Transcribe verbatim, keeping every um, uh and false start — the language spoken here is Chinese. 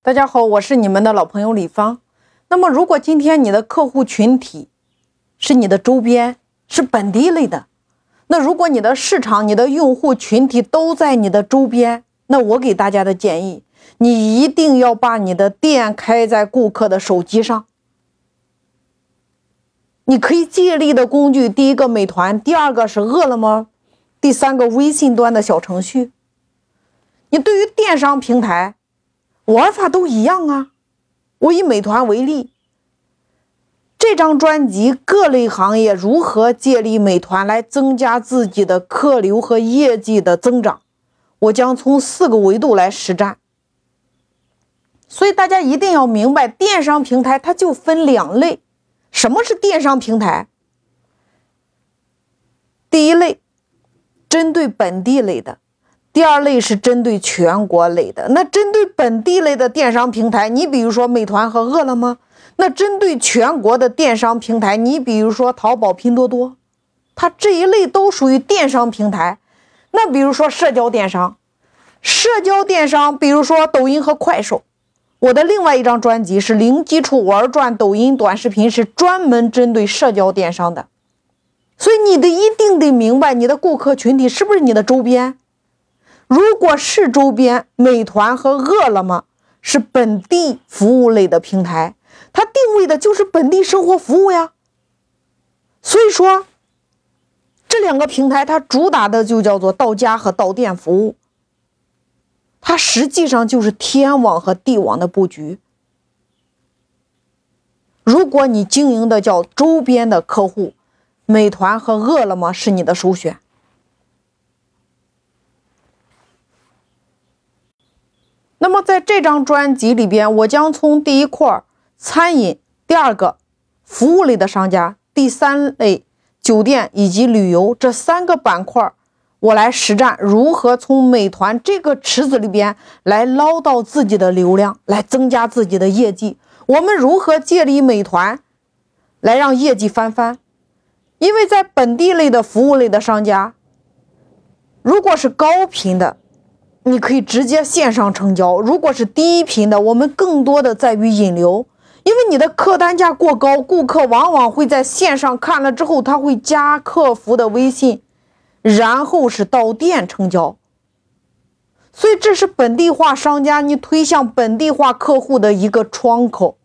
大家好，我是你们的老朋友李芳。那么如果今天你的客户群体是你的周边，是本地类的，那如果你的市场、你的用户群体都在你的周边，那我给大家的建议，你一定要把你的店开在顾客的手机上。你可以借力的工具，第一个美团，第二个是饿了么，第三个微信端的小程序。你对于电商平台玩法都一样啊。我以美团为例，这张专辑各类行业如何借力美团来增加自己的客流和业绩的增长，我将从四个维度来实战。所以大家一定要明白，电商平台它就分两类。什么是电商平台？第一类针对本地类的，第二类是针对全国类的。那针对本地类的电商平台，你比如说美团和饿了么。那针对全国的电商平台，你比如说淘宝、拼多多，它这一类都属于电商平台。那比如说社交电商，社交电商比如说抖音和快手。我的另外一张专辑是零基础玩转抖音短视频，是专门针对社交电商的。所以你得一定得明白你的顾客群体是不是你的周边。如果是周边，美团和饿了么是本地服务类的平台，它定位的就是本地生活服务呀。所以说这两个平台它主打的就叫做到家和到店服务，它实际上就是天网和地网的布局。如果你经营的叫周边的客户，美团和饿了么是你的首选。那么在这张专辑里边，我将从第一块餐饮，第二个服务类的商家，第三类酒店以及旅游这三个板块，我来实战如何从美团这个池子里边来捞到自己的流量，来增加自己的业绩。我们如何借力美团来让业绩翻番？因为在本地类的服务类的商家，如果是高频的，你可以直接线上成交。如果是低频的，我们更多的在于引流。因为你的客单价过高，顾客往往会在线上看了之后，他会加客服的微信，然后是到店成交。所以这是本地化商家你推向本地化客户的一个窗口。